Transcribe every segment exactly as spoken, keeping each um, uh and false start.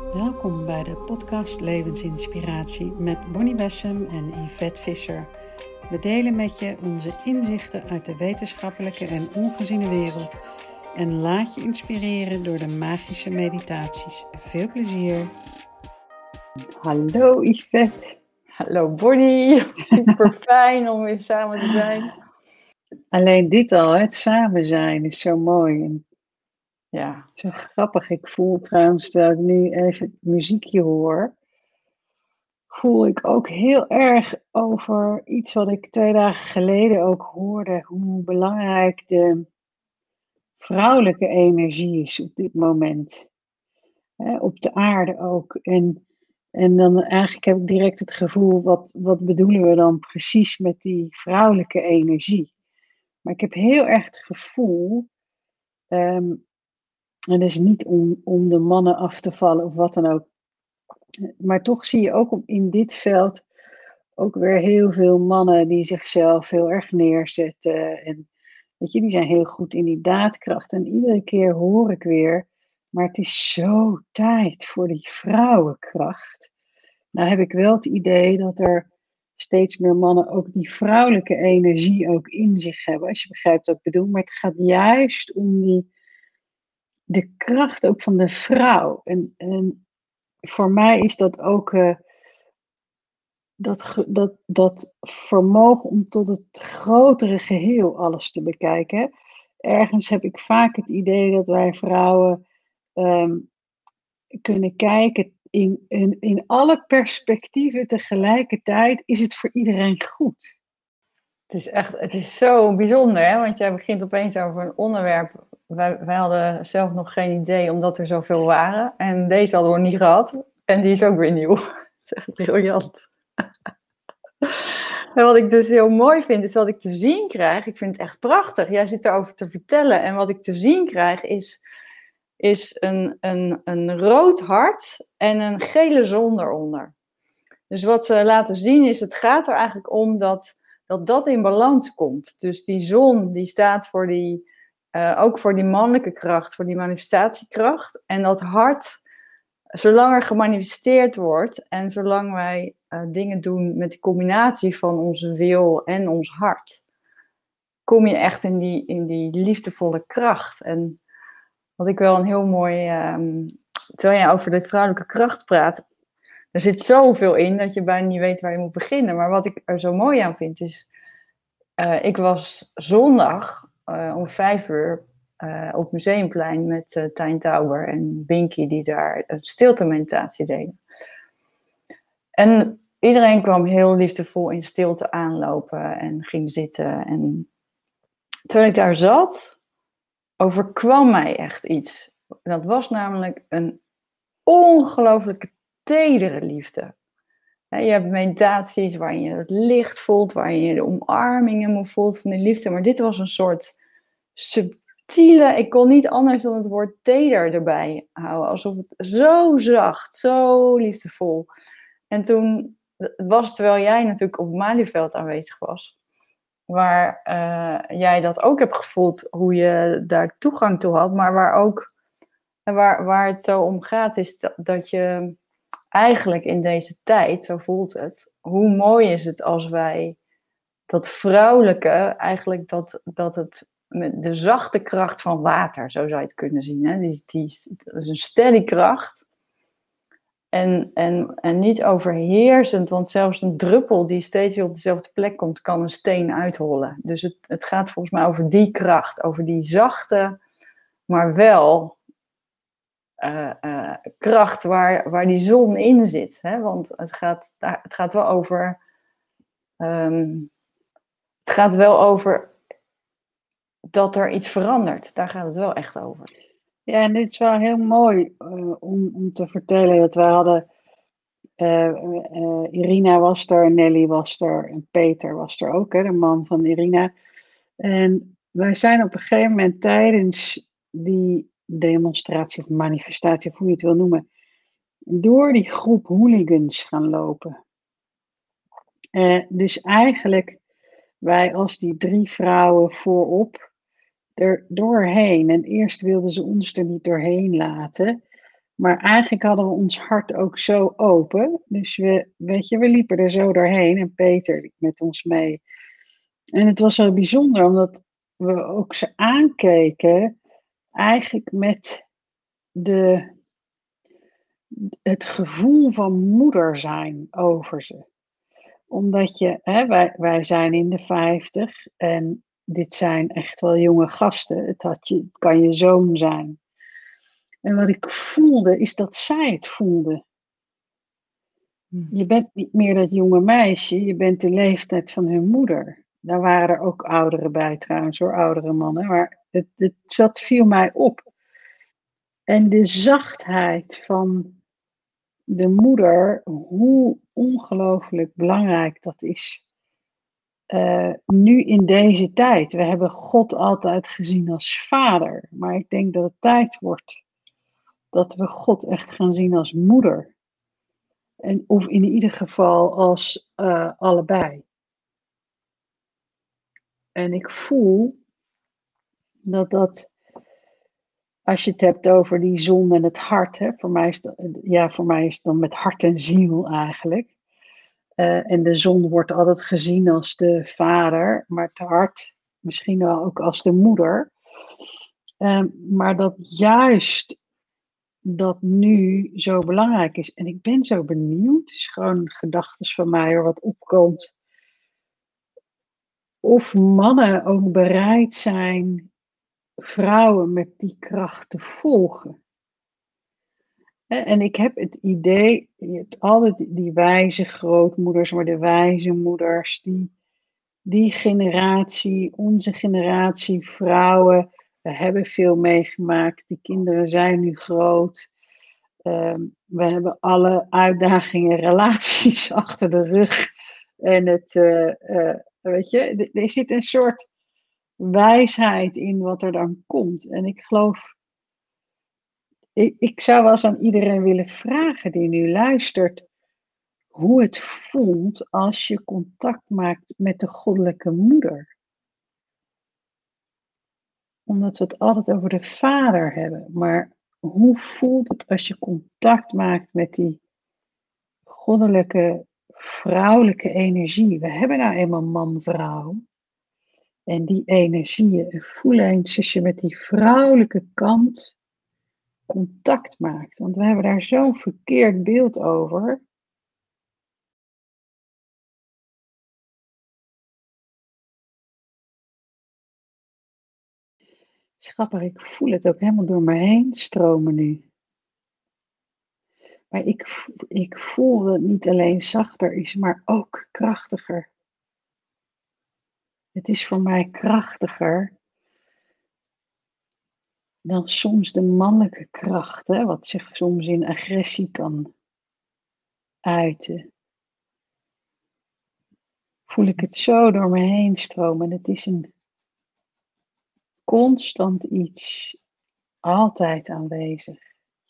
Welkom bij de podcast Levensinspiratie met Bonnie Bessem en Yvette Visser. We delen met je onze inzichten uit de wetenschappelijke en ongeziene wereld. En laat je inspireren door de magische meditaties. Veel plezier! Hallo Yvette. Hallo Bonnie, super fijn om weer samen te zijn. Alleen dit al, het samen zijn is zo mooi. En Ja. zo grappig. Ik voel trouwens, terwijl ik nu even het muziekje hoor, voel ik ook heel erg over iets wat ik twee dagen geleden ook hoorde. Hoe belangrijk de vrouwelijke energie is op dit moment. Hè, op de aarde ook. En, en dan eigenlijk heb ik direct het gevoel, wat, wat bedoelen we dan precies met die vrouwelijke energie? Maar ik heb heel erg het gevoel, um, en dat is niet om, om de mannen af te vallen of wat dan ook, maar toch zie je ook in dit veld ook weer heel veel mannen die zichzelf heel erg neerzetten. En weet je, die zijn heel goed in die daadkracht. En iedere keer hoor ik weer, maar het is zo tijd voor die vrouwenkracht. Nou heb ik wel het idee dat er steeds meer mannen ook die vrouwelijke energie ook in zich hebben. Als je begrijpt wat ik bedoel. Maar het gaat juist om die, de kracht ook van de vrouw. En, en voor mij is dat ook uh, dat, dat, dat vermogen om tot het grotere geheel alles te bekijken. Ergens heb ik vaak het idee dat wij vrouwen um, kunnen kijken in, in, in alle perspectieven tegelijkertijd. Is het voor iedereen goed? Het is echt, het is zo bijzonder, hè? Want jij begint opeens over een onderwerp. Wij, wij hadden zelf nog geen idee, omdat er zoveel waren. En deze hadden we niet gehad. En die is ook weer nieuw. Dat is echt briljant. En wat ik dus heel mooi vind, is wat ik te zien krijg. Ik vind het echt prachtig. Jij zit erover te vertellen. En wat ik te zien krijg is, is een, een, een rood hart en een gele zon eronder. Dus wat ze laten zien is, het gaat er eigenlijk om dat dat, dat in balans komt. Dus die zon die staat voor die, uh, ook voor die mannelijke kracht, voor die manifestatiekracht. En dat hart, zolang er gemanifesteerd wordt en zolang wij uh, dingen doen met de combinatie van onze wil en ons hart, kom je echt in die, in die liefdevolle kracht. En wat ik wel een heel mooi, um, terwijl je over de vrouwelijke kracht praat, er zit zoveel in dat je bijna niet weet waar je moet beginnen. Maar wat ik er zo mooi aan vind is, uh, ik was zondag uh, om vijf uur uh, op Museumplein met uh, Tijn Tauber en Binky die daar een stilte-meditatie deden. En iedereen kwam heel liefdevol in stilte aanlopen en ging zitten. En terwijl ik daar zat, overkwam mij echt iets. Dat was namelijk een ongelooflijke tedere liefde. Je hebt meditaties waarin je het licht voelt, waarin je de omarmingen voelt van die liefde. Maar dit was een soort subtiele, ik kon niet anders dan het woord teder erbij houden. Alsof het zo zacht, zo liefdevol. En toen was het, terwijl jij natuurlijk op Malieveld aanwezig was, waar uh, jij dat ook hebt gevoeld, hoe je daar toegang toe had, maar waar ook, waar, waar het zo om gaat, is dat, dat je eigenlijk in deze tijd, zo voelt het, hoe mooi is het als wij dat vrouwelijke, eigenlijk dat, dat het met de zachte kracht van water, zo zou je het kunnen zien. Hè? Die, die, dat is een steady kracht. En, en, en niet overheersend, want zelfs een druppel die steeds weer op dezelfde plek komt, kan een steen uithollen. Dus het, het gaat volgens mij over die kracht, over die zachte, maar wel Uh, uh, kracht waar, waar die zon in zit. Hè? Want het gaat, het gaat wel over... Um, het gaat wel over dat er iets verandert. Daar gaat het wel echt over. Ja, en dit is wel heel mooi uh, om, om te vertellen. Dat wij hadden... Uh, uh, Irina was er, Nelly was er en Peter was er ook, hè, de man van Irina. En wij zijn op een gegeven moment tijdens die demonstratie of manifestatie, of hoe je het wil noemen, door die groep hooligans gaan lopen. Uh, dus eigenlijk wij als die drie vrouwen voorop er doorheen. En eerst wilden ze ons er niet doorheen laten. Maar eigenlijk hadden we ons hart ook zo open. Dus we, weet je, we liepen er zo doorheen en Peter liep met ons mee. En het was zo bijzonder, omdat we ook ze aankeken, eigenlijk met de, het gevoel van moeder zijn over ze. Omdat je, hè, wij, wij zijn in de vijftig en dit zijn echt wel jonge gasten. Het, had je, het kan je zoon zijn. En wat ik voelde, is dat zij het voelde. Je bent niet meer dat jonge meisje, je bent de leeftijd van hun moeder. Daar waren er ook ouderen bij trouwens, hoor, oudere mannen. Maar het, het, dat viel mij op. En de zachtheid van de moeder, hoe ongelooflijk belangrijk dat is. Uh, nu in deze tijd. We hebben God altijd gezien als vader. Maar ik denk dat het tijd wordt dat we God echt gaan zien als moeder. En, of in ieder geval als uh, allebei. En ik voel dat dat, als je het hebt over die zon en het hart, hè, voor mij is dat, ja, voor mij is het dan met hart en ziel eigenlijk. Uh, en de zon wordt altijd gezien als de vader, maar het hart misschien wel ook als de moeder. Uh, maar dat juist dat nu zo belangrijk is. En ik ben zo benieuwd, het is gewoon gedachtes van mij hoor, wat opkomt. Of mannen ook bereid zijn vrouwen met die kracht te volgen. En ik heb het idee, je hebt altijd die wijze grootmoeders, maar de wijze moeders, die, die generatie, onze generatie vrouwen, we hebben veel meegemaakt, die kinderen zijn nu groot. Um, we hebben alle uitdagingen, relaties achter de rug. En het, uh, uh, weet je, er zit een soort wijsheid in wat er dan komt. En ik geloof, ik, ik zou wel eens aan iedereen willen vragen die nu luistert, hoe het voelt als je contact maakt met de goddelijke moeder. Omdat we het altijd over de vader hebben, maar hoe voelt het als je contact maakt met die goddelijke vrouwelijke energie? We hebben nou eenmaal man-vrouw. En die energieën, voel eens als je met die vrouwelijke kant contact maakt. Want we hebben daar zo'n verkeerd beeld over. Het is grappig, ik voel het ook helemaal door me heen stromen nu. Maar ik, ik voel dat het niet alleen zachter is, maar ook krachtiger. Het is voor mij krachtiger dan soms de mannelijke kracht, hè, wat zich soms in agressie kan uiten. Voel ik het zo door me heen stromen. Het is een constant iets, altijd aanwezig.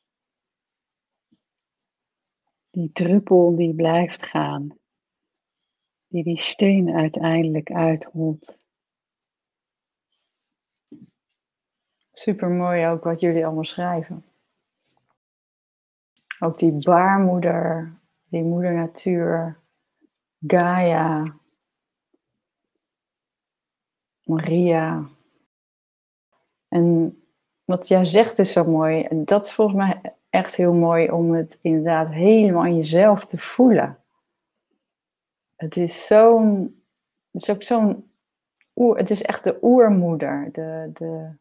Die druppel die blijft gaan, die die steen uiteindelijk uitholt. Super mooi ook wat jullie allemaal schrijven. Ook die baarmoeder, die moeder natuur, Gaia, Maria. En wat jij zegt is zo mooi. En dat is volgens mij echt heel mooi om het inderdaad helemaal in jezelf te voelen. Het is zo'n, het is ook zo'n oer, het is echt de oermoeder, de, de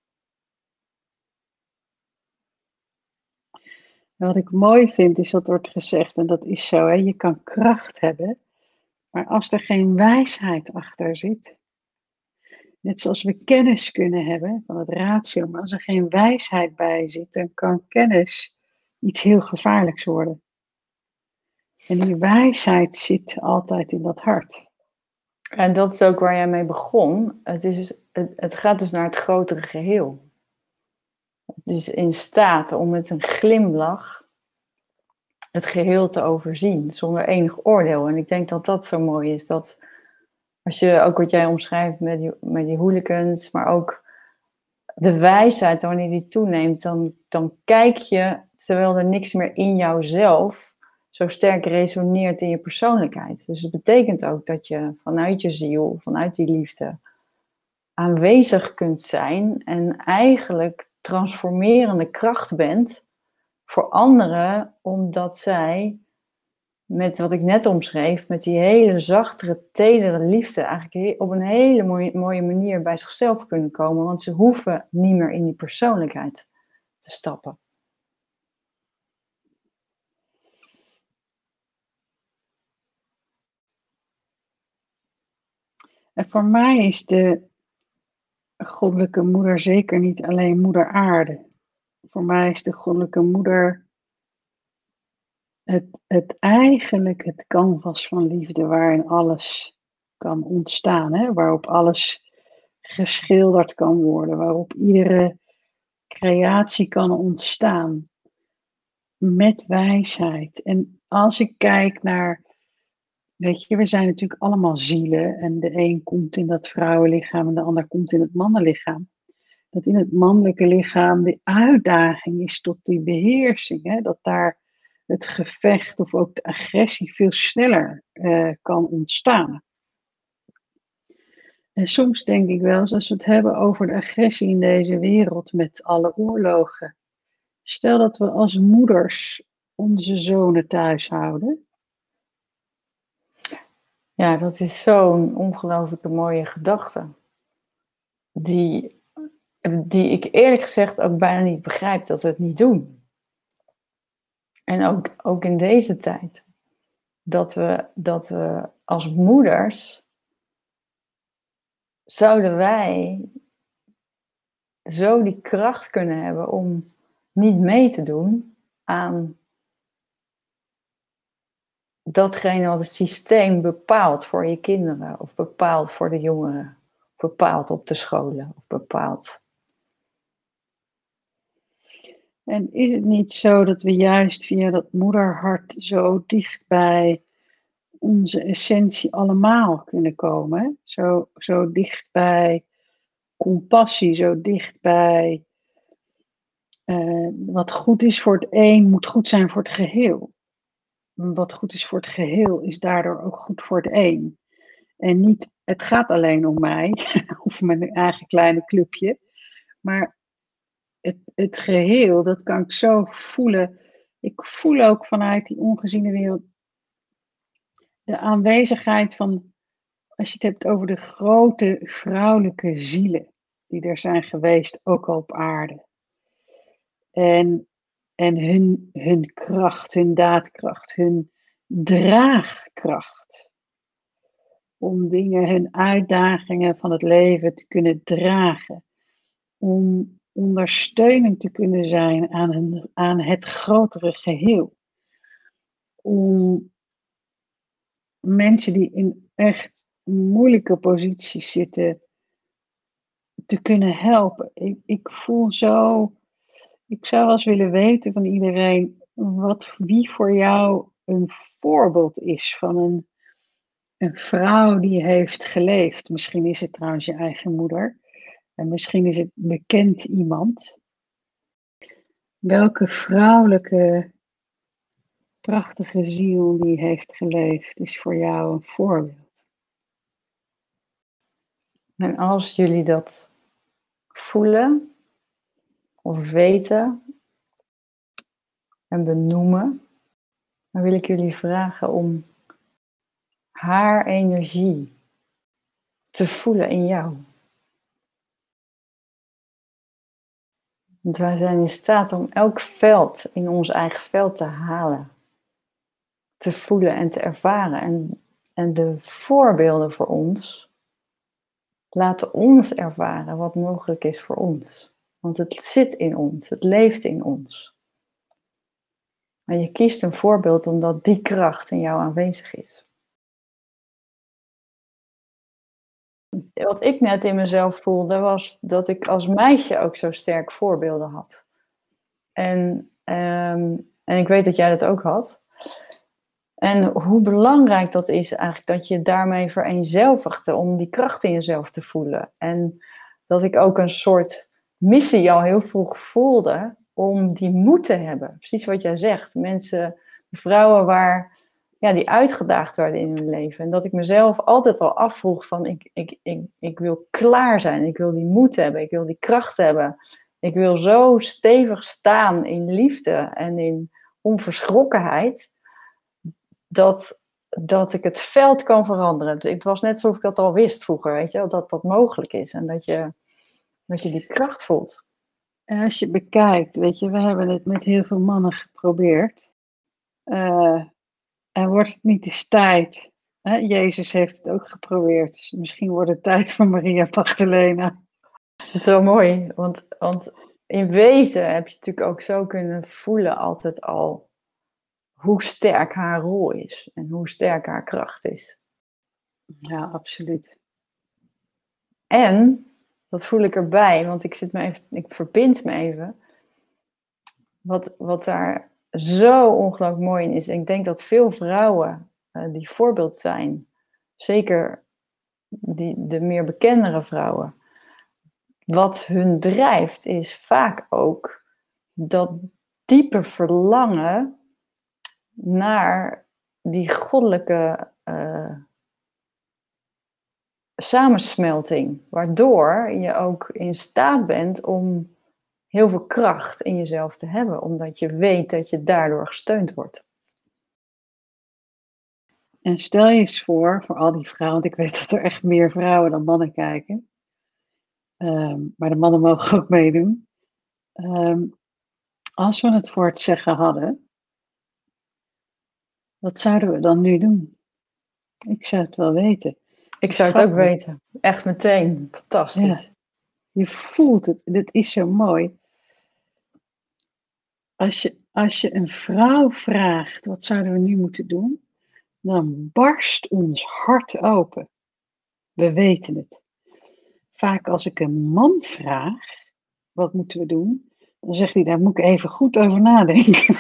Wat ik mooi vind is dat wordt gezegd, en dat is zo, hè, je kan kracht hebben, maar als er geen wijsheid achter zit, net zoals we kennis kunnen hebben van het ratio, maar als er geen wijsheid bij zit, dan kan kennis iets heel gevaarlijks worden. En die wijsheid zit altijd in dat hart. En dat is ook waar jij mee begon. Het, is, het, het gaat dus naar het grotere geheel. Het is in staat om met een glimlach het geheel te overzien, zonder enig oordeel. En ik denk dat dat zo mooi is, dat als je ook wat jij omschrijft met die, met die hooligans, maar ook de wijsheid, wanneer die toeneemt, dan, dan kijk je terwijl er niks meer in jouzelf zo sterk resoneert in je persoonlijkheid. Dus het betekent ook dat je vanuit je ziel, vanuit die liefde, aanwezig kunt zijn en eigenlijk transformerende kracht bent voor anderen, omdat zij, met wat ik net omschreef, met die hele zachtere, tedere liefde, eigenlijk op een hele mooie, mooie manier bij zichzelf kunnen komen, want ze hoeven niet meer in die persoonlijkheid te stappen. En voor mij is de goddelijke moeder zeker niet alleen moeder aarde. Voor mij is de goddelijke moeder het, het eigenlijk het canvas van liefde waarin alles kan ontstaan. Hè? Waarop alles geschilderd kan worden. Waarop iedere creatie kan ontstaan. Met wijsheid. En als ik kijk naar... Weet je, we zijn natuurlijk allemaal zielen. En de een komt in dat vrouwenlichaam en de ander komt in het mannenlichaam. Dat in het mannelijke lichaam de uitdaging is tot die beheersing. Hè? Dat daar het gevecht of ook de agressie veel sneller uh, kan ontstaan. En soms denk ik wel eens, als we het hebben over de agressie in deze wereld met alle oorlogen. Stel dat we als moeders onze zonen thuis houden. Ja, dat is zo'n ongelooflijke mooie gedachte. Die, die ik eerlijk gezegd ook bijna niet begrijp dat we het niet doen. En ook, ook in deze tijd. Dat we, dat we als moeders, zouden wij zo die kracht kunnen hebben om niet mee te doen aan datgene wat het systeem bepaalt voor je kinderen, of bepaalt voor de jongeren, of bepaalt op de scholen, of bepaalt. En is het niet zo dat we juist via dat moederhart zo dicht bij onze essentie allemaal kunnen komen? Zo, zo dicht bij compassie, zo dicht bij uh, wat goed is voor het een moet goed zijn voor het geheel. Wat goed is voor het geheel is daardoor ook goed voor het een. En niet, het gaat alleen om mij, of mijn eigen kleine clubje. Maar het, het geheel, dat kan ik zo voelen. Ik voel ook vanuit die ongeziene wereld de aanwezigheid van, als je het hebt over de grote vrouwelijke zielen die er zijn geweest, ook al op aarde. En En hun, hun kracht, hun daadkracht, hun draagkracht. Om dingen, hun uitdagingen van het leven te kunnen dragen. Om ondersteunend te kunnen zijn aan, een, aan het grotere geheel. Om mensen die in echt moeilijke posities zitten te kunnen helpen. Ik, ik voel zo... Ik zou wel eens willen weten van iedereen wat, wie voor jou een voorbeeld is van een, een vrouw die heeft geleefd. Misschien is het trouwens je eigen moeder en misschien is het bekend iemand. Welke vrouwelijke prachtige ziel die heeft geleefd is voor jou een voorbeeld? En als jullie dat voelen of weten en benoemen, dan wil ik jullie vragen om haar energie te voelen in jou. Want wij zijn in staat om elk veld in ons eigen veld te halen, te voelen en te ervaren. En, en de voorbeelden voor ons laten ons ervaren wat mogelijk is voor ons. Want het zit in ons, het leeft in ons. En je kiest een voorbeeld omdat die kracht in jou aanwezig is. Wat ik net in mezelf voelde was dat ik als meisje ook zo sterk voorbeelden had. En, um, en ik weet dat jij dat ook had. En hoe belangrijk dat is eigenlijk dat je daarmee vereenzelvigde om die kracht in jezelf te voelen. En dat ik ook een soort missie al heel vroeg voelde om die moed te hebben. Precies wat jij zegt. Mensen, vrouwen waar, ja, die uitgedaagd werden in hun leven. En dat ik mezelf altijd al afvroeg van ik, ik, ik, ik wil klaar zijn. Ik wil die moed hebben. Ik wil die kracht hebben. Ik wil zo stevig staan in liefde en in onverschrokkenheid. Dat, dat ik het veld kan veranderen. Het was net alsof ik dat al wist vroeger. Weet je, dat dat mogelijk is. En dat je, dat je die kracht voelt. En als je bekijkt, weet je, we hebben het met heel veel mannen geprobeerd. Uh, en wordt het niet eens tijd? Hè? Jezus heeft het ook geprobeerd. Dus misschien wordt het tijd voor Maria Magdalena. Dat is wel mooi, want, want in wezen heb je natuurlijk ook zo kunnen voelen altijd al hoe sterk haar rol is en hoe sterk haar kracht is. Ja, absoluut. En, dat voel ik erbij, want ik, zit me even, ik verbind me even. Wat, wat daar zo ongelooflijk mooi in is. En ik denk dat veel vrouwen uh, die voorbeeld zijn, zeker die, de meer bekendere vrouwen, wat hun drijft is vaak ook dat diepe verlangen naar die goddelijke uh, samensmelting. Waardoor je ook in staat bent om heel veel kracht in jezelf te hebben. Omdat je weet dat je daardoor gesteund wordt. En stel je eens voor, voor al die vrouwen, want ik weet dat er echt meer vrouwen dan mannen kijken. Um, maar de mannen mogen ook meedoen. Um, als we het voor het zeggen hadden, wat zouden we dan nu doen? Ik zou het wel weten. Ik zou het ook weten. Echt meteen. Fantastisch. Ja, je voelt het. Dit is zo mooi. Als je, als je een vrouw vraagt, wat zouden we nu moeten doen? Dan barst ons hart open. We weten het. Vaak als ik een man vraag, wat moeten we doen? Dan zegt hij, daar moet ik even goed over nadenken.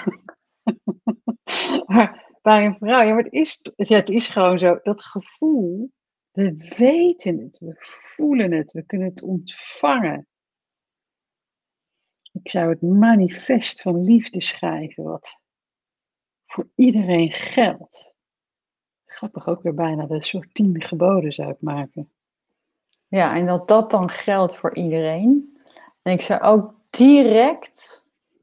Maar bij een vrouw, ja, maar het is, ja, het is gewoon zo, dat gevoel, we weten het, we voelen het, we kunnen het ontvangen. Ik zou het manifest van liefde schrijven, wat voor iedereen geldt. Grappig, ook weer bijna de soort tien geboden zou ik maken. Ja, en dat dat dan geldt voor iedereen. En ik zou ook direct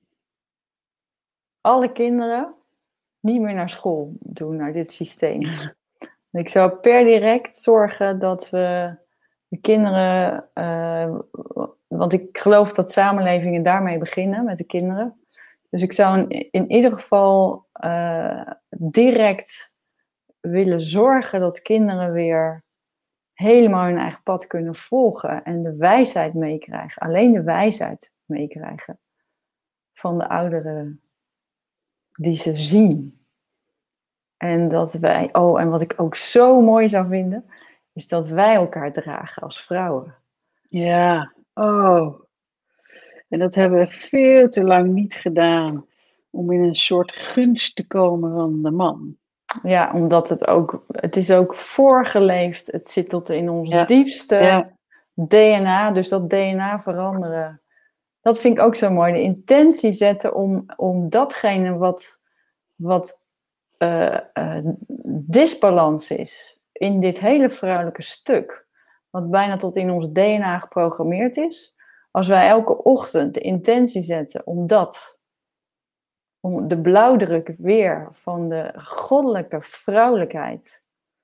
alle kinderen niet meer naar school doen, naar dit systeem. Ik zou per direct zorgen dat we de kinderen... Uh, want ik geloof dat samenlevingen daarmee beginnen, met de kinderen. Dus ik zou in, in ieder geval uh, direct willen zorgen dat kinderen weer helemaal hun eigen pad kunnen volgen en de wijsheid meekrijgen. Alleen de wijsheid meekrijgen van de ouderen die ze zien. En dat wij, oh, en wat ik ook zo mooi zou vinden, is dat wij elkaar dragen als vrouwen. Ja, oh. En dat hebben we veel te lang niet gedaan, om in een soort gunst te komen van de man. Ja, omdat het ook, het is ook voorgeleefd, het zit tot in ons ja. diepste ja. D N A, dus dat D N A veranderen. Dat vind ik ook zo mooi, de intentie zetten om, om datgene wat, wat uh, uh, disbalans is in dit hele vrouwelijke stuk, wat bijna tot in ons D N A geprogrammeerd is, als wij elke ochtend de intentie zetten om dat, om de blauwdruk weer van de goddelijke vrouwelijkheid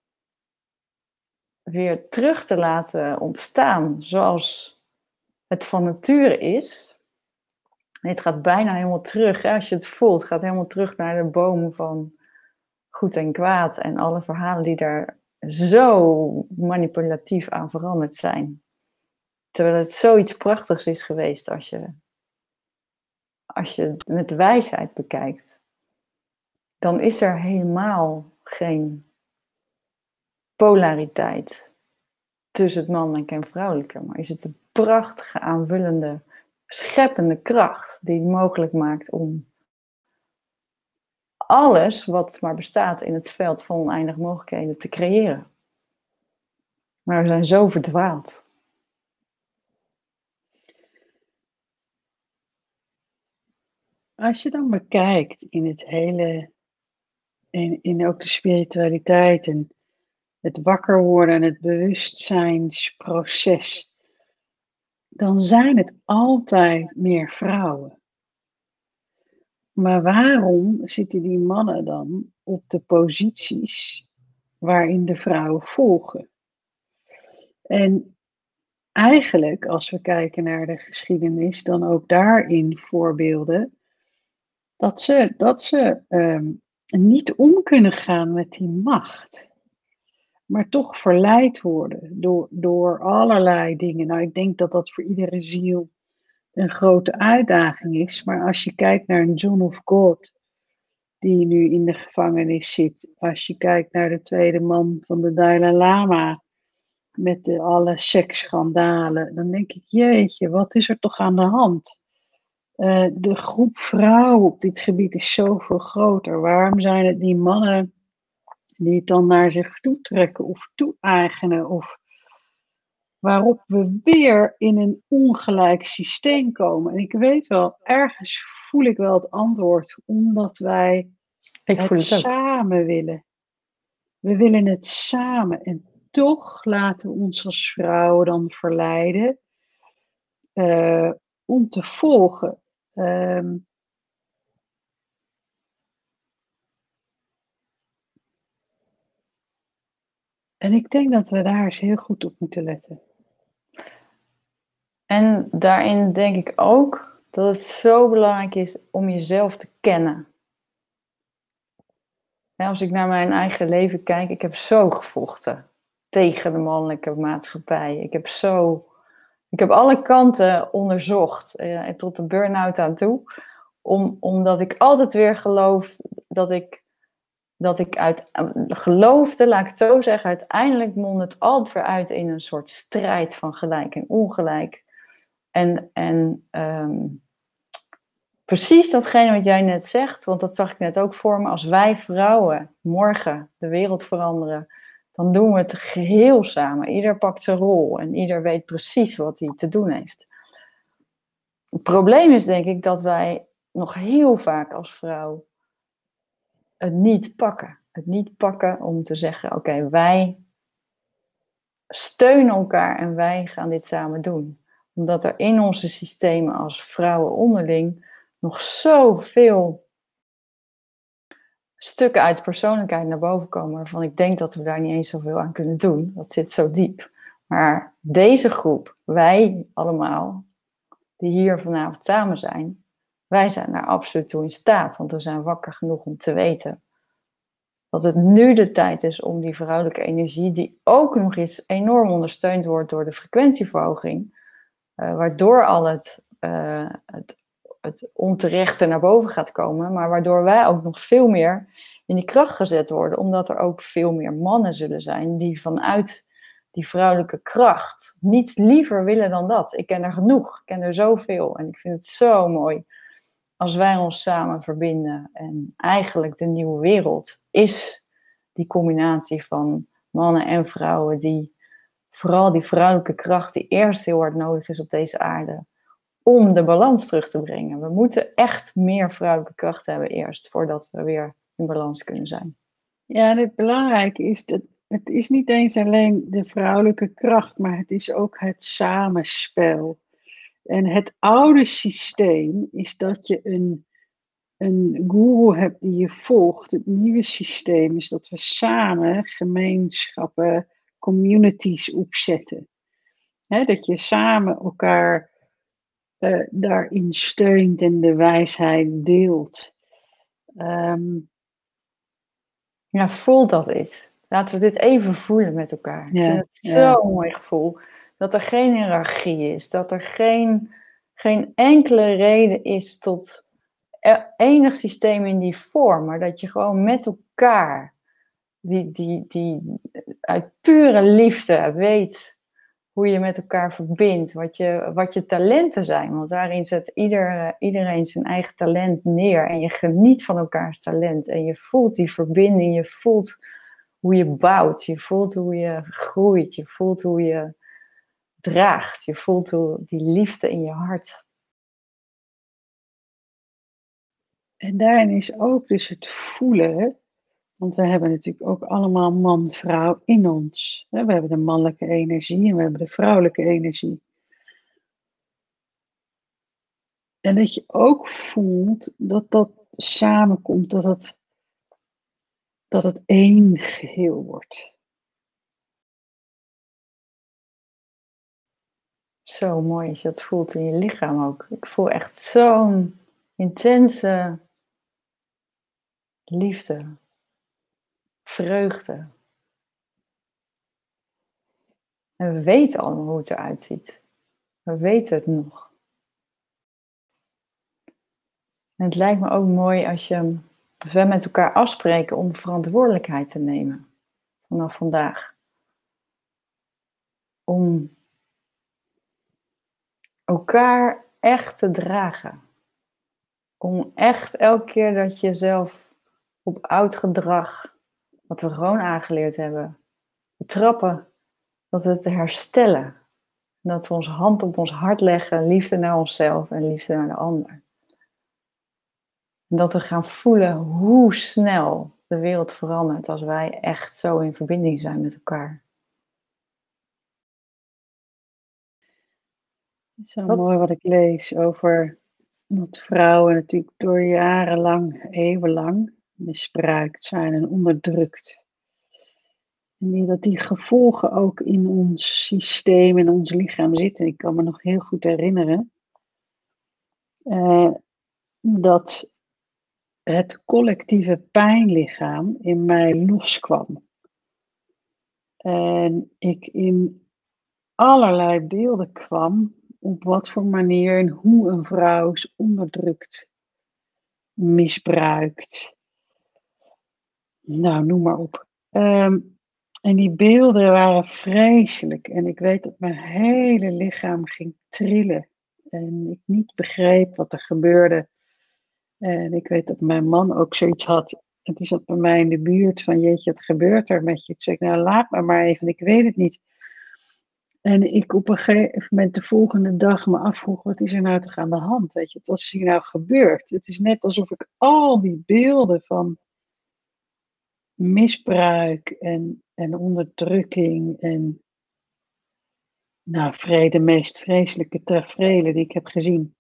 weer terug te laten ontstaan zoals het van nature is. En het gaat bijna helemaal terug, hè? Als je het voelt, het gaat helemaal terug naar de boom van goed en kwaad en alle verhalen die daar zo manipulatief aan veranderd zijn. Terwijl het zoiets prachtigs is geweest als je, als je het met wijsheid bekijkt. Dan is er helemaal geen polariteit tussen het mannelijke en vrouwelijke. Maar is het een prachtige, aanvullende, scheppende kracht die het mogelijk maakt om alles wat maar bestaat in het veld van oneindige mogelijkheden te creëren. Maar we zijn zo verdwaald. als je dan bekijkt in het hele, in, in ook de spiritualiteit en het wakker worden en het bewustzijnsproces, dan zijn het altijd meer vrouwen. Maar waarom zitten die mannen dan op de posities waarin de vrouwen volgen? En eigenlijk, als we kijken naar de geschiedenis, dan ook daarin voorbeelden dat ze, dat ze um, niet om kunnen gaan met die macht, maar toch verleid worden door, door allerlei dingen. Nou, ik denk dat dat voor iedere ziel een grote uitdaging is, maar als je kijkt naar een John of God, die nu in de gevangenis zit, als je kijkt naar de tweede man van de Dalai Lama, met de, alle seksschandalen, dan denk ik, jeetje, wat is er toch aan de hand? Uh, de groep vrouwen op dit gebied is zoveel groter. Waarom zijn het die mannen die het dan naar zich toe trekken of toe-eigenen? Of waarop we weer in een ongelijk systeem komen. En ik weet wel, ergens voel ik wel het antwoord, omdat wij ik het, voel het samen willen. We willen het samen. En toch laten we ons als vrouwen dan verleiden uh, om te volgen. Um, en ik denk dat we daar eens heel goed op moeten letten. En daarin denk ik ook dat het zo belangrijk is om jezelf te kennen. Ja, als ik naar mijn eigen leven kijk, ik heb zo gevochten tegen de mannelijke maatschappij. Ik heb zo, ik heb alle kanten onderzocht, eh, tot de burn-out aan toe, om, omdat ik altijd weer geloof dat ik, dat ik uit, geloofde, laat ik het zo zeggen, uiteindelijk mondde het altijd weer uit in een soort strijd van gelijk en ongelijk. En, en um, precies datgene wat jij net zegt, want dat zag ik net ook voor me. Als wij vrouwen morgen de wereld veranderen, dan doen we het geheel samen. Ieder pakt zijn rol en ieder weet precies wat hij te doen heeft. Het probleem is denk ik dat wij nog heel vaak als vrouw het niet pakken. Het niet pakken om te zeggen, oké, okay, wij steunen elkaar en wij gaan dit samen doen. Omdat er in onze systemen als vrouwen onderling nog zoveel stukken uit de persoonlijkheid naar boven komen, waarvan ik denk dat we daar niet eens zoveel aan kunnen doen. Dat zit zo diep. Maar deze groep, wij allemaal, die hier vanavond samen zijn, wij zijn daar absoluut toe in staat. Want we zijn wakker genoeg om te weten dat het nu de tijd is om die vrouwelijke energie, die ook nog eens enorm ondersteund wordt door de frequentieverhoging, uh, waardoor al het, uh, het, het onterechte naar boven gaat komen, maar waardoor wij ook nog veel meer in die kracht gezet worden, omdat er ook veel meer mannen zullen zijn die vanuit die vrouwelijke kracht niets liever willen dan dat. Ik ken er genoeg, ik ken er zoveel en ik vind het zo mooi als wij ons samen verbinden. En eigenlijk de nieuwe wereld is die combinatie van mannen en vrouwen, die vooral die vrouwelijke kracht die eerst heel hard nodig is op deze aarde, om de balans terug te brengen. We moeten echt meer vrouwelijke kracht hebben eerst, voordat we weer in balans kunnen zijn. Ja, en het belangrijke is dat het is niet eens alleen de vrouwelijke kracht, maar het is ook het samenspel. En het oude systeem is dat je een, een guru hebt die je volgt. Het nieuwe systeem is dat we samen gemeenschappen, communities opzetten. He, dat je samen elkaar uh, daarin steunt en de wijsheid deelt. Um, ja, voel dat eens. Laten we dit even voelen met elkaar. Ja, ik vind het ja. zo'n mooi gevoel. Dat er geen hiërarchie is. Dat er geen, geen enkele reden is tot enig systeem in die vorm. Maar dat je gewoon met elkaar, die, die, die uit pure liefde weet hoe je met elkaar verbindt. Wat je, wat je talenten zijn. Want daarin zet ieder, iedereen zijn eigen talent neer. En je geniet van elkaars talent. En je voelt die verbinding. Je voelt hoe je bouwt. Je voelt hoe je groeit. Je voelt hoe je draagt. Je voelt hoe die liefde in je hart. En daarin is ook dus het voelen, want we hebben natuurlijk ook allemaal man-vrouw in ons. We hebben de mannelijke energie en we hebben de vrouwelijke energie. En dat je ook voelt dat dat samenkomt, dat het, dat het één geheel wordt. Zo mooi als je dat voelt in je lichaam ook. Ik voel echt zo'n intense liefde, vreugde. En we weten allemaal hoe het eruit ziet. We weten het nog. En het lijkt me ook mooi als, je, als wij met elkaar afspreken om verantwoordelijkheid te nemen. Vanaf vandaag. Om elkaar echt te dragen. Om echt elke keer dat je zelf op oud gedrag, wat we gewoon aangeleerd hebben, betrappen, dat we het herstellen. Dat we onze hand op ons hart leggen, liefde naar onszelf en liefde naar de ander. En dat we gaan voelen hoe snel de wereld verandert als wij echt zo in verbinding zijn met elkaar. Het is zo Wat? mooi wat ik lees over dat vrouwen natuurlijk door jarenlang, eeuwenlang misbruikt zijn en onderdrukt. En die- dat die gevolgen ook in ons systeem, in ons lichaam zitten. Ik kan me nog heel goed herinneren eh, dat het collectieve pijnlichaam in mij loskwam. En ik in allerlei beelden kwam op wat voor manier en hoe een vrouw is onderdrukt, misbruikt. Nou, noem maar op. Ehm, en die beelden waren vreselijk. En ik weet dat mijn hele lichaam ging trillen. En ik niet begreep wat er gebeurde. En ik weet dat mijn man ook zoiets had. En die zat bij mij in de buurt van, jeetje, wat gebeurt er met je? Toen zei ik, nou laat me maar even, ik weet het niet. En ik op een gegeven moment de volgende dag me afvroeg, wat is er nou toch aan de hand? Weet je, wat is hier nou gebeurd? Het is net alsof ik al die beelden van misbruik en, en onderdrukking en nou, vrede, de meest vreselijke taferelen die ik heb gezien,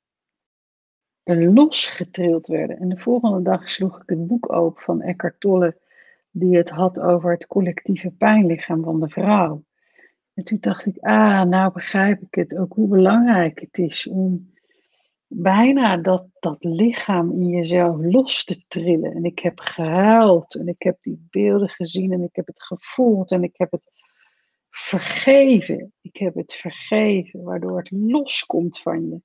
er losgetrild werden. En de volgende dag sloeg ik het boek open van Eckhart Tolle, die het had over het collectieve pijnlichaam van de vrouw. En toen dacht ik, ah, nou begrijp ik het ook hoe belangrijk het is om bijna dat, dat lichaam in jezelf los te trillen. En ik heb gehuild en ik heb die beelden gezien en ik heb het gevoeld en ik heb het vergeven. Ik heb het vergeven, waardoor het loskomt van je.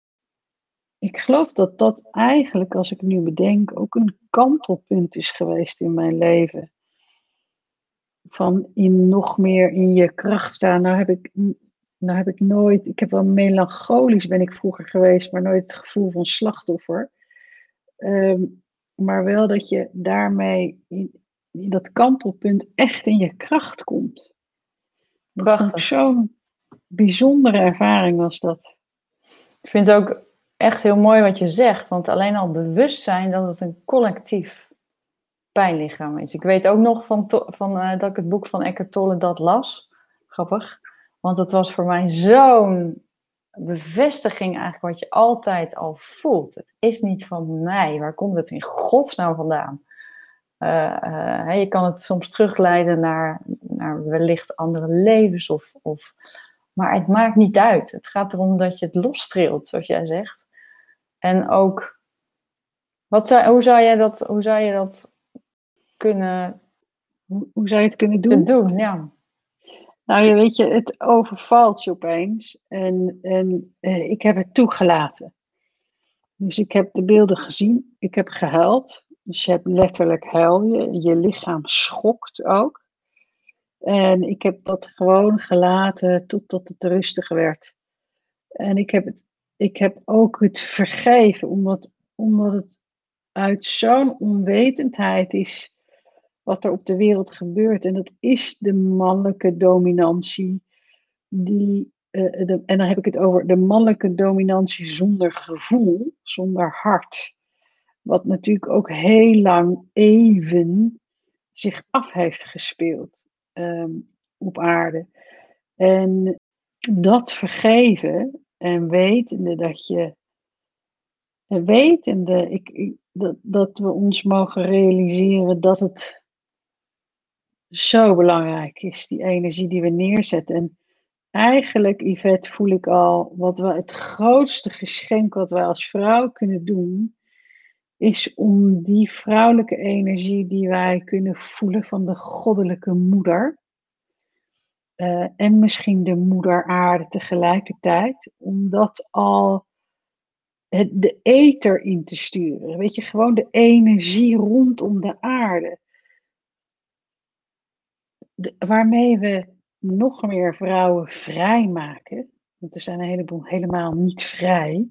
Ik geloof dat dat eigenlijk, als ik nu bedenk, ook een kantelpunt is geweest in mijn leven. Van in nog meer in je kracht staan. Nou heb ik, nou heb ik nooit, ik heb wel melancholisch ben ik vroeger geweest, maar nooit het gevoel van slachtoffer. Um, maar wel dat je daarmee in, in dat kantelpunt echt in je kracht komt. Dat vond ik zo'n bijzondere ervaring was dat. Ik vind het ook echt heel mooi wat je zegt, want alleen al bewust zijn dat het een collectief pijnlichaam is. Ik weet ook nog van, to- van uh, dat ik het boek van Eckhart Tolle dat las. Grappig. Want het was voor mij zo'n bevestiging eigenlijk wat je altijd al voelt. Het is niet van mij. Waar komt het in godsnaam vandaan? Uh, uh, je kan het soms terugleiden naar, naar wellicht andere levens. Of, of, maar het maakt niet uit. Het gaat erom dat je het lostrilt, zoals jij zegt. En ook, wat zou, hoe, zou jij dat, hoe zou je dat kunnen... Hoe, hoe zou je het kunnen doen? Kunnen doen, ja. Nou, je weet je, het overvalt je opeens. En, en eh, ik heb het toegelaten. Dus ik heb de beelden gezien. Ik heb gehuild. Dus je hebt letterlijk huil je. Je lichaam schokt ook. En ik heb dat gewoon gelaten totdat het rustig werd. En ik heb, het, ik heb ook het vergeven. Omdat, omdat het uit zo'n onwetendheid is wat er op de wereld gebeurt. En dat is de mannelijke dominantie. Die, uh, de, en dan heb ik het over de mannelijke dominantie zonder gevoel, zonder hart. Wat natuurlijk ook heel lang even zich af heeft gespeeld um, op aarde. En dat vergeven en wetende dat je, en wetende ik, ik, dat, dat we ons mogen realiseren dat het zo belangrijk is, die energie die we neerzetten. En eigenlijk, Yvette, voel ik al, wat we het grootste geschenk wat wij als vrouw kunnen doen, is om die vrouwelijke energie die wij kunnen voelen van de goddelijke moeder, uh, en misschien de moeder aarde tegelijkertijd, om dat al het, de ether in te sturen. Weet je, gewoon de energie rondom de aarde. De, waarmee we nog meer vrouwen vrijmaken, want er zijn een heleboel helemaal niet vrij,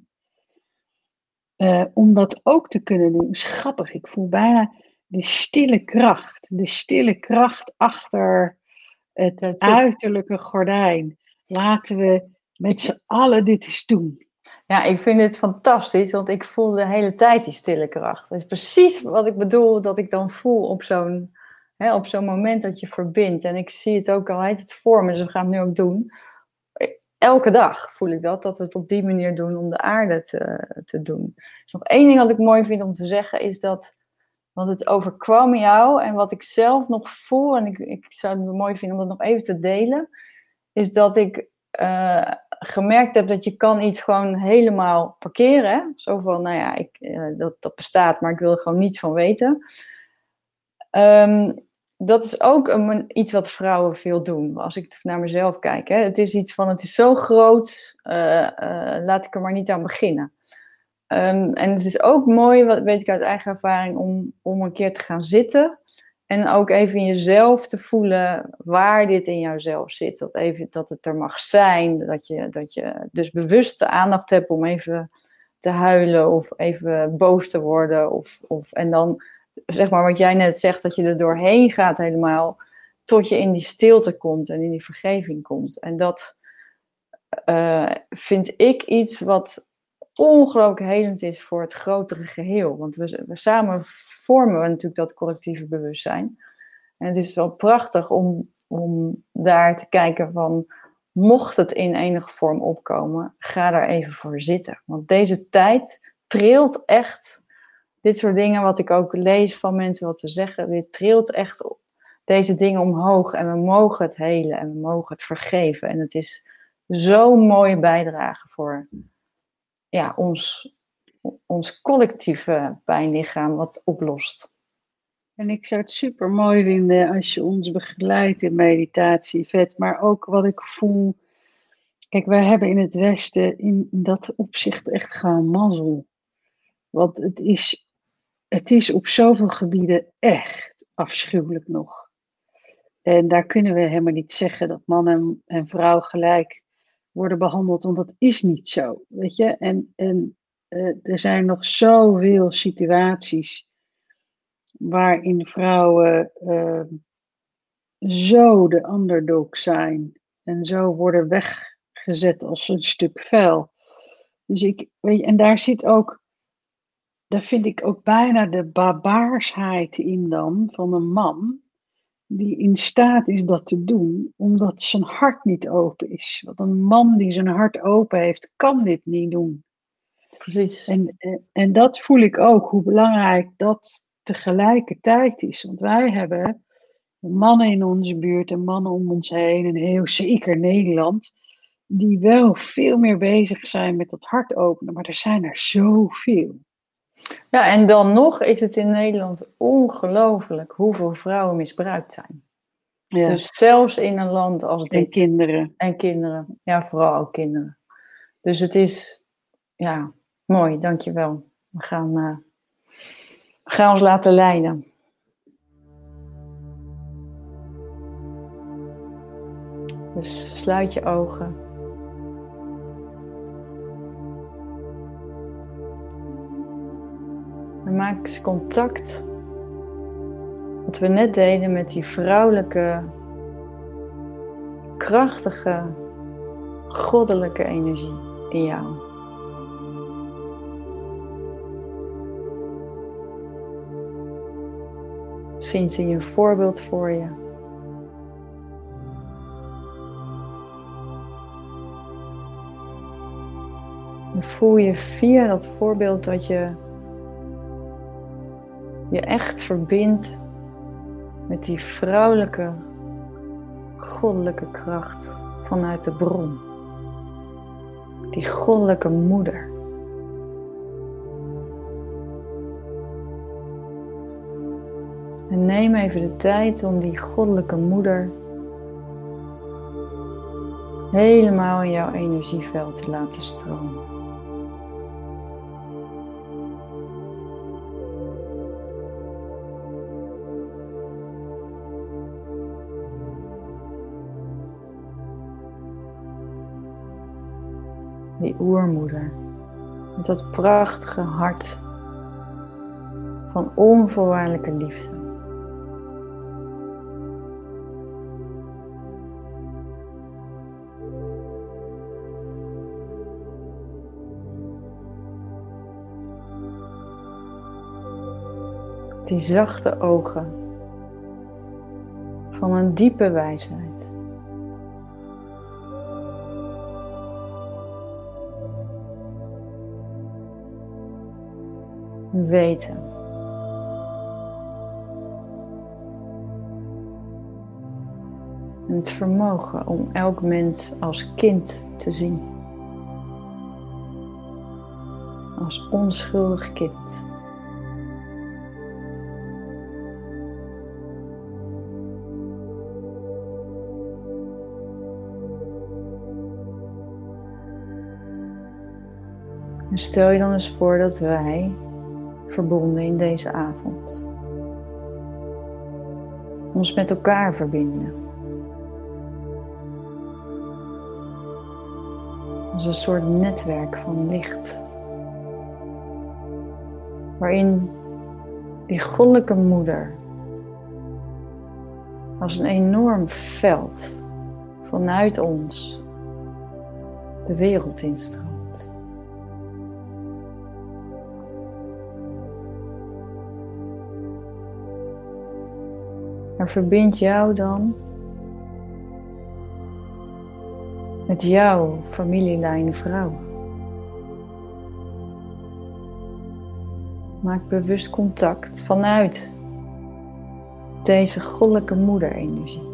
uh, om dat ook te kunnen doen. Is grappig, ik voel bijna de stille kracht, de stille kracht achter het uiterlijke gordijn. Laten we met z'n allen dit eens doen. Ja, ik vind het fantastisch, want ik voel de hele tijd die stille kracht. Dat is precies wat ik bedoel, dat ik dan voel op zo'n, hè, op zo'n moment dat je verbindt. En ik zie het ook al heet het voor me, dus we gaan het nu ook doen. Elke dag voel ik dat, dat we het op die manier doen om de aarde te, te doen. Dus nog één ding wat ik mooi vind om te zeggen is dat, want het overkwam jou en wat ik zelf nog voel, en ik, ik zou het mooi vinden om dat nog even te delen, is dat ik uh, gemerkt heb dat je kan iets gewoon helemaal parkeren. Hè? Zo van, nou ja, ik, uh, dat, dat bestaat, maar ik wil er gewoon niets van weten. Um, dat is ook een, iets wat vrouwen veel doen, als ik naar mezelf kijk. Hè. Het is iets van, het is zo groot, uh, uh, laat ik er maar niet aan beginnen. Um, en het is ook mooi, wat weet ik uit eigen ervaring, om, om een keer te gaan zitten en ook even in jezelf te voelen waar dit in jouzelf zit. Dat, even, dat het er mag zijn, dat je, dat je dus bewust de aandacht hebt om even te huilen of even boos te worden. Of, of, en dan, zeg maar wat jij net zegt, dat je er doorheen gaat helemaal, tot je in die stilte komt en in die vergeving komt. En dat uh, vind ik iets wat ongelooflijk helend is voor het grotere geheel. Want we, we samen vormen we natuurlijk dat collectieve bewustzijn. En het is wel prachtig om, om daar te kijken van, mocht het in enige vorm opkomen, ga daar even voor zitten. Want deze tijd trilt echt, dit soort dingen wat ik ook lees van mensen wat ze zeggen, dit trilt echt op deze dingen omhoog en we mogen het helen en we mogen het vergeven. En het is zo'n mooie bijdrage voor ja, ons, ons collectieve pijnlichaam wat oplost. En ik zou het super mooi vinden als je ons begeleidt in meditatie, Vet. Maar ook wat ik voel. Kijk, wij hebben in het Westen in dat opzicht echt gewoon mazzel. Want het is, het is op zoveel gebieden echt afschuwelijk nog. En daar kunnen we helemaal niet zeggen dat man en, en vrouw gelijk worden behandeld, want dat is niet zo, weet je. En, en uh, er zijn nog zoveel situaties waarin vrouwen uh, zo de underdog zijn en zo worden weggezet als een stuk vuil. Dus ik, weet je, en daar zit ook, daar vind ik ook bijna de barbaarsheid in dan van een man die in staat is dat te doen, omdat zijn hart niet open is. Want een man die zijn hart open heeft, kan dit niet doen. Precies. En, en dat voel ik ook, hoe belangrijk dat tegelijkertijd is. Want wij hebben mannen in onze buurt en mannen om ons heen, en heel zeker Nederland, die wel veel meer bezig zijn met dat hart openen. Maar er zijn er zoveel. Ja, en dan nog is het in Nederland ongelooflijk hoeveel vrouwen misbruikt zijn. Ja. Dus zelfs in een land als dit. En kinderen. En kinderen. Ja, vooral ook kinderen. Dus het is, ja, mooi, dankjewel. We gaan, uh, we gaan ons laten leiden. Dus sluit je ogen. En maak eens contact, wat we net deden met die vrouwelijke, krachtige, goddelijke energie in jou. Misschien zie je een voorbeeld voor je. En voel je via dat voorbeeld dat je je echt verbindt met die vrouwelijke, goddelijke kracht vanuit de bron. Die goddelijke moeder. En neem even de tijd om die goddelijke moeder helemaal in jouw energieveld te laten stromen. Die oermoeder met dat prachtige hart van onvoorwaardelijke liefde. Die zachte ogen van een diepe wijsheid. Weten. En het vermogen om elk mens als kind te zien. Als onschuldig kind. En stel je dan eens voor dat wij, verbonden in deze avond, ons met elkaar verbinden. Als een soort netwerk van licht. Waarin die goddelijke moeder als een enorm veld vanuit ons de wereld instroomt. Er verbindt jou dan met jouw familielijn vrouwen. Maak bewust contact vanuit deze goddelijke moederenergie.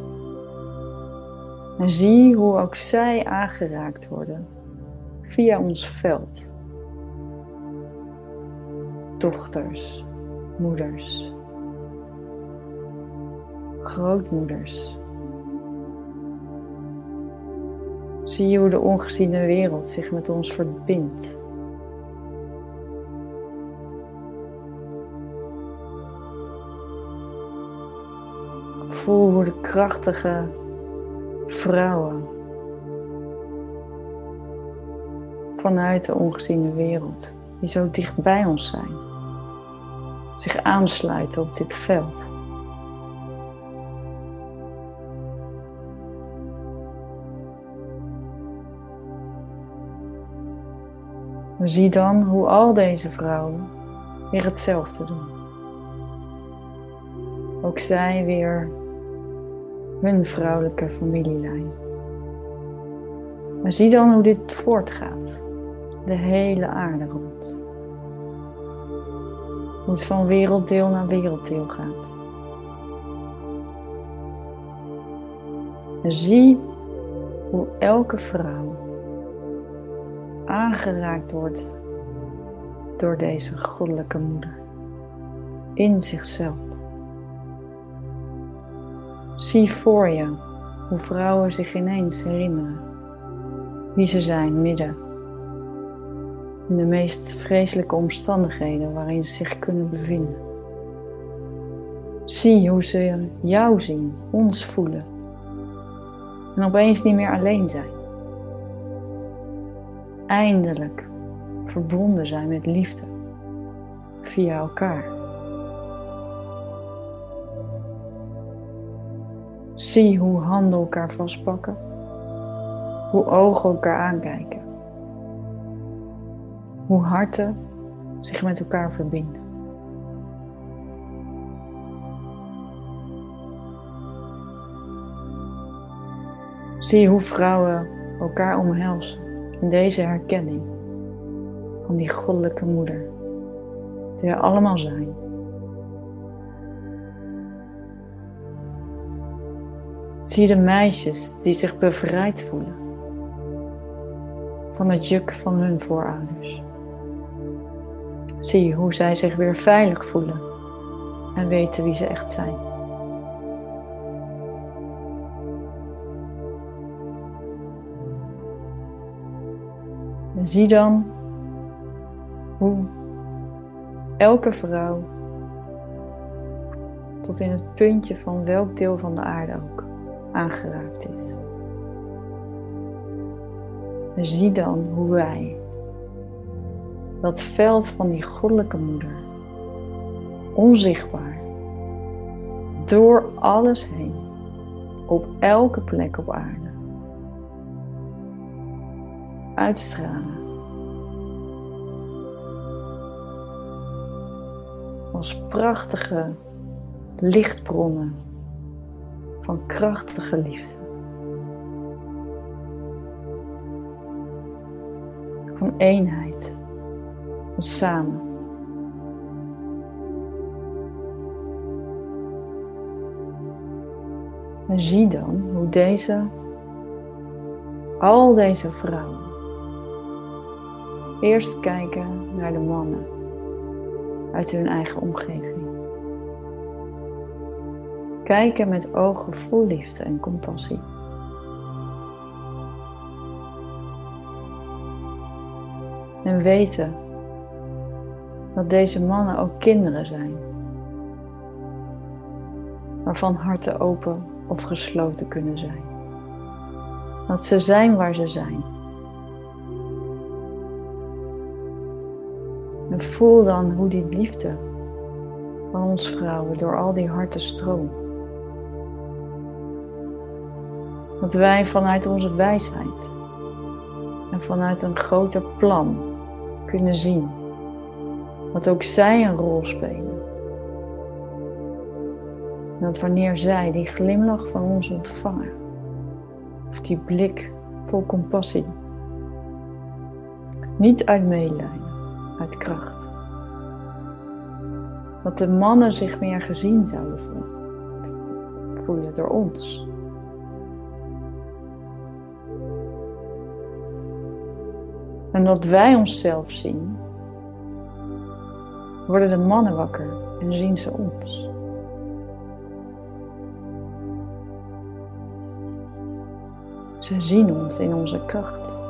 En zie hoe ook zij aangeraakt worden via ons veld. Dochters, moeders, grootmoeders. Zie je hoe de ongeziene wereld zich met ons verbindt. Voel hoe de krachtige vrouwen vanuit de ongeziene wereld, die zo dicht bij ons zijn, zich aansluiten op dit veld. Zie dan hoe al deze vrouwen weer hetzelfde doen. Ook zij weer hun vrouwelijke familielijn. Maar zie dan hoe dit voortgaat, de hele aarde rond. Hoe het van werelddeel naar werelddeel gaat. En zie hoe elke vrouw aangeraakt wordt door deze goddelijke moeder in zichzelf. Zie voor je hoe vrouwen zich ineens herinneren wie ze zijn midden in de meest vreselijke omstandigheden waarin ze zich kunnen bevinden. Zie hoe ze jou zien, ons voelen en opeens niet meer alleen zijn. Eindelijk verbonden zijn met liefde via elkaar. Zie hoe handen elkaar vastpakken, hoe ogen elkaar aankijken, hoe harten zich met elkaar verbinden. Zie hoe vrouwen elkaar omhelzen in deze herkenning van die goddelijke moeder, die er allemaal zijn. Zie de meisjes die zich bevrijd voelen van het juk van hun voorouders. Zie hoe zij zich weer veilig voelen en weten wie ze echt zijn. En zie dan hoe elke vrouw tot in het puntje van welk deel van de aarde ook aangeraakt is. En zie dan hoe wij dat veld van die goddelijke moeder, onzichtbaar, door alles heen, op elke plek op aarde, uitstralen. Als prachtige lichtbronnen van krachtige liefde. Van eenheid. Van samen. En zie dan hoe deze, al deze vrouwen, eerst kijken naar de mannen uit hun eigen omgeving. Kijken met ogen vol liefde en compassie. En weten dat deze mannen ook kinderen zijn, waarvan harten open of gesloten kunnen zijn. Dat ze zijn waar ze zijn. En voel dan hoe die liefde van ons vrouwen door al die harten stroomt. Dat wij vanuit onze wijsheid en vanuit een groter plan kunnen zien dat ook zij een rol spelen. En dat wanneer zij die glimlach van ons ontvangen, of die blik vol compassie, niet uit medelijden, uit kracht, dat de mannen zich meer gezien zouden voelen door ons. En dat wij onszelf zien, worden de mannen wakker en zien ze ons. Ze zien ons in onze kracht.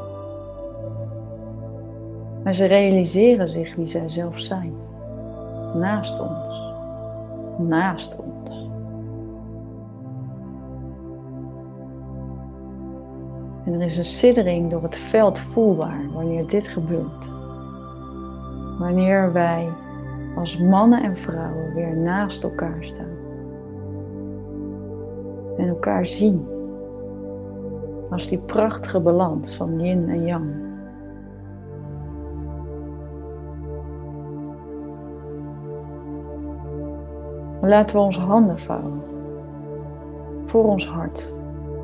En ze realiseren zich wie zij zelf zijn. Naast ons. Naast ons. En er is een siddering door het veld voelbaar wanneer dit gebeurt. Wanneer wij als mannen en vrouwen weer naast elkaar staan. En elkaar zien. Als die prachtige balans van yin en yang. Laten we onze handen vouwen. Voor ons hart.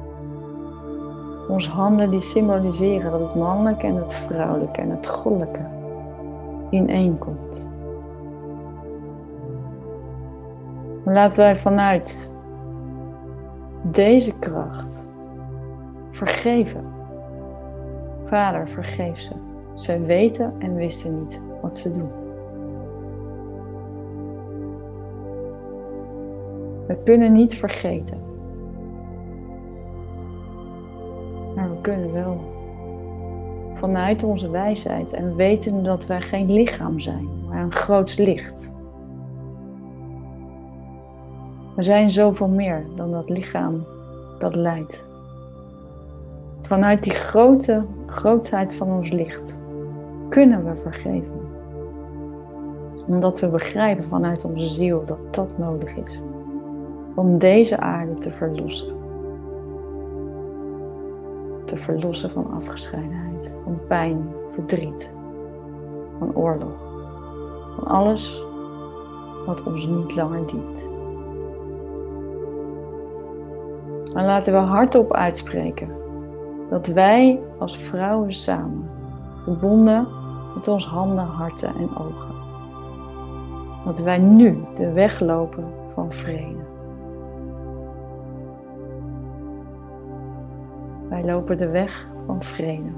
Onze handen die symboliseren dat het mannelijke en het vrouwelijke en het goddelijke ineenkomt. Laten wij vanuit deze kracht vergeven. Vader, vergeef ze. Zij weten en wisten niet wat ze doen. We kunnen niet vergeten. Maar we kunnen wel vanuit onze wijsheid en weten dat wij geen lichaam zijn, maar een groots licht. We zijn zoveel meer dan dat lichaam dat lijdt. Vanuit die grote grootheid van ons licht kunnen we vergeven. Omdat we begrijpen vanuit onze ziel dat dat nodig is. Om deze aarde te verlossen. Te verlossen van afgescheidenheid, van pijn, verdriet, van oorlog. Van alles wat ons niet langer dient. En laten we hardop uitspreken dat wij als vrouwen samen, verbonden met ons handen, harten en ogen, dat wij nu de weg lopen van vrede. Wij lopen de weg van vrede.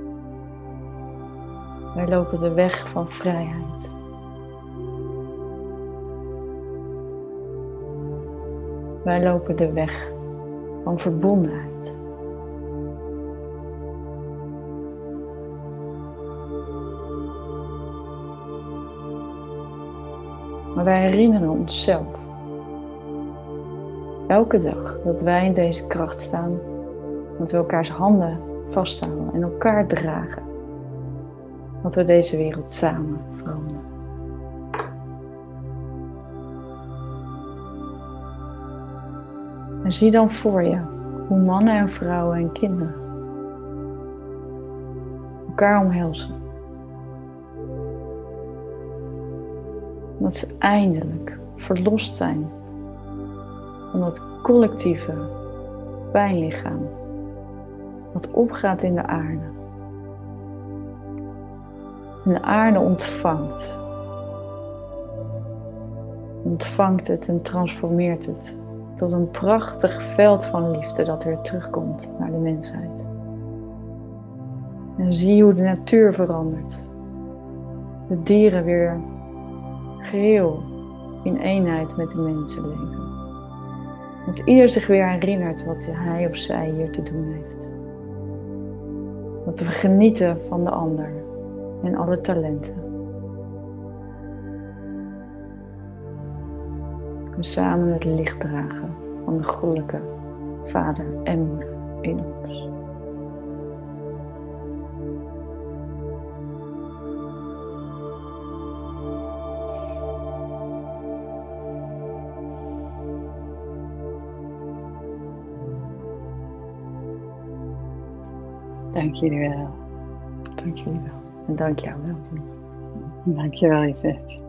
Wij lopen de weg van vrijheid. Wij lopen de weg van verbondenheid. Maar wij herinneren onszelf elke dag dat wij in deze kracht staan, dat we elkaars handen vasthouden en elkaar dragen. Dat we deze wereld samen veranderen. En zie dan voor je hoe mannen en vrouwen en kinderen elkaar omhelzen. Dat ze eindelijk verlost zijn van dat collectieve pijnlichaam wat opgaat in de aarde. En de aarde ontvangt. Ontvangt het en transformeert het tot een prachtig veld van liefde dat weer terugkomt naar de mensheid. En zie hoe de natuur verandert. De dieren weer geheel in eenheid met de mensen leven. Dat ieder zich weer herinnert wat hij of zij hier te doen heeft. Dat we genieten van de ander en alle talenten. We samen het licht dragen van de goddelijke Vader en Moeder in ons. Dank jullie wel. Dank jullie wel. En dank jou wel. Dank je wel, Yvette.